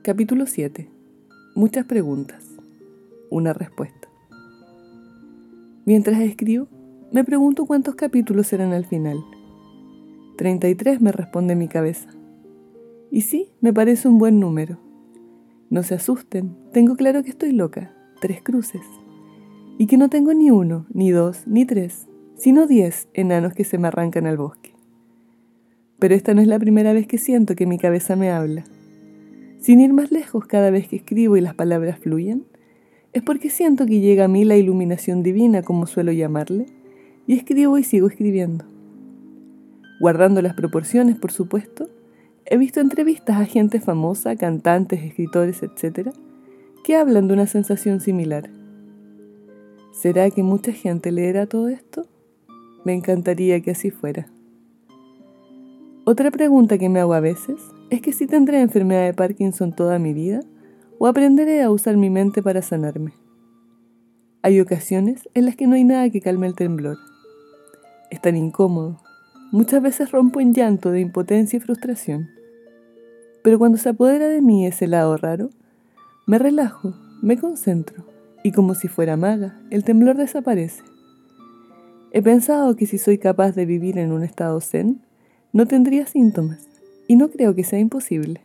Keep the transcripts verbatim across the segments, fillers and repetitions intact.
Capítulo siete. Muchas preguntas. Una respuesta. Mientras escribo, me pregunto cuántos capítulos serán al final. Treinta y tres, me responde mi cabeza. Y sí, me parece un buen número. No se asusten, tengo claro que estoy loca. Tres cruces. Y que no tengo ni uno, ni dos, ni tres, sino diez enanos que se me arrancan al bosque. Pero esta no es la primera vez que siento que mi cabeza me habla. Sin ir más lejos, cada vez que escribo y las palabras fluyen, es porque siento que llega a mí la iluminación divina, como suelo llamarle, y escribo y sigo escribiendo. Guardando las proporciones, por supuesto, he visto entrevistas a gente famosa, cantantes, escritores, etcétera, que hablan de una sensación similar. ¿Será que mucha gente leerá todo esto? Me encantaría que así fuera. Otra pregunta que me hago a veces es que si tendré enfermedad de Parkinson toda mi vida o aprenderé a usar mi mente para sanarme. Hay ocasiones en las que no hay nada que calme el temblor. Es tan incómodo. Muchas veces rompo en llanto de impotencia y frustración. Pero cuando se apodera de mí ese lado raro, me relajo, me concentro y como si fuera maga, el temblor desaparece. He pensado que si soy capaz de vivir en un estado zen, no tendría síntomas. Y no creo que sea imposible.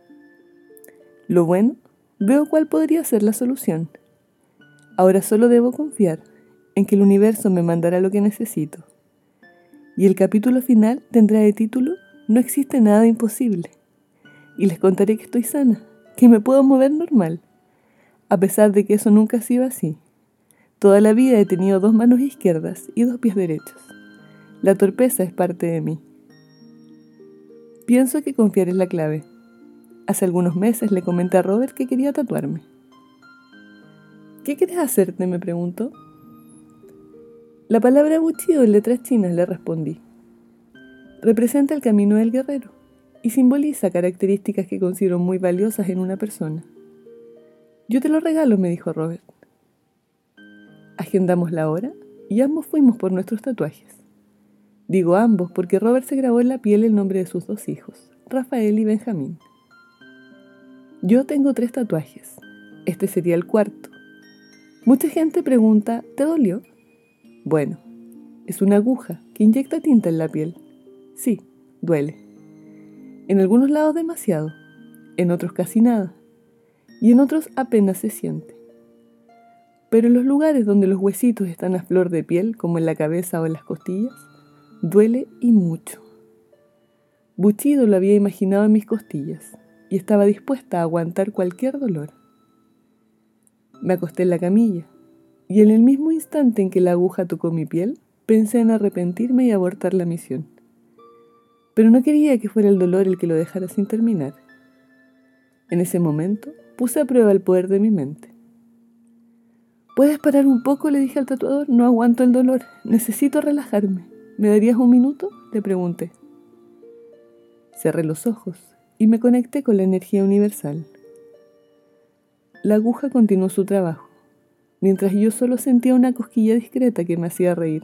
Lo bueno, veo cuál podría ser la solución. Ahora solo debo confiar en que el universo me mandará lo que necesito. Y el capítulo final tendrá de título No existe nada imposible. Y les contaré que estoy sana, que me puedo mover normal, a pesar de que eso nunca ha sido así. Toda la vida he tenido dos manos izquierdas y dos pies derechos. La torpeza es parte de mí. Pienso que confiar es la clave. Hace algunos meses le comenté a Robert que quería tatuarme. ¿Qué quieres hacerte?, me preguntó. La palabra Bushido en letras chinas, le respondí. Representa el camino del guerrero y simboliza características que considero muy valiosas en una persona. Yo te lo regalo, me dijo Robert. Agendamos la hora y ambos fuimos por nuestros tatuajes. Digo ambos porque Robert se grabó en la piel el nombre de sus dos hijos, Rafael y Benjamín. Yo tengo tres tatuajes. Este sería el cuarto. Mucha gente pregunta, ¿te dolió? Bueno, es una aguja que inyecta tinta en la piel. Sí, duele. En algunos lados demasiado, en otros casi nada, y en otros apenas se siente. Pero en los lugares donde los huesitos están a flor de piel, como en la cabeza o en las costillas, duele y mucho. Bushido lo había imaginado en mis costillas y estaba dispuesta a aguantar cualquier dolor. Me acosté en la camilla y en el mismo instante en que la aguja tocó mi piel, pensé en arrepentirme y abortar la misión. Pero no quería que fuera el dolor el que lo dejara sin terminar. En ese momento puse a prueba el poder de mi mente. ¿Puedes parar un poco?, le dije al tatuador. No aguanto el dolor, necesito relajarme. ¿Me darías un minuto?, le pregunté. Cerré los ojos y me conecté con la energía universal. La aguja continuó su trabajo, mientras yo solo sentía una cosquilla discreta que me hacía reír.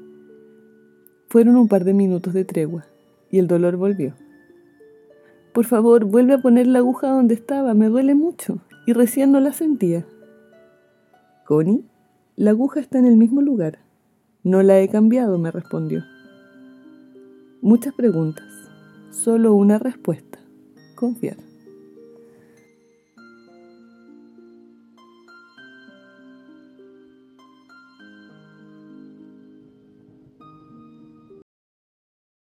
Fueron un par de minutos de tregua y el dolor volvió. Por favor, vuelve a poner la aguja donde estaba, me duele mucho y recién no la sentía. Connie, la aguja está en el mismo lugar. No la he cambiado, me respondió. Muchas preguntas, solo una respuesta: confiar.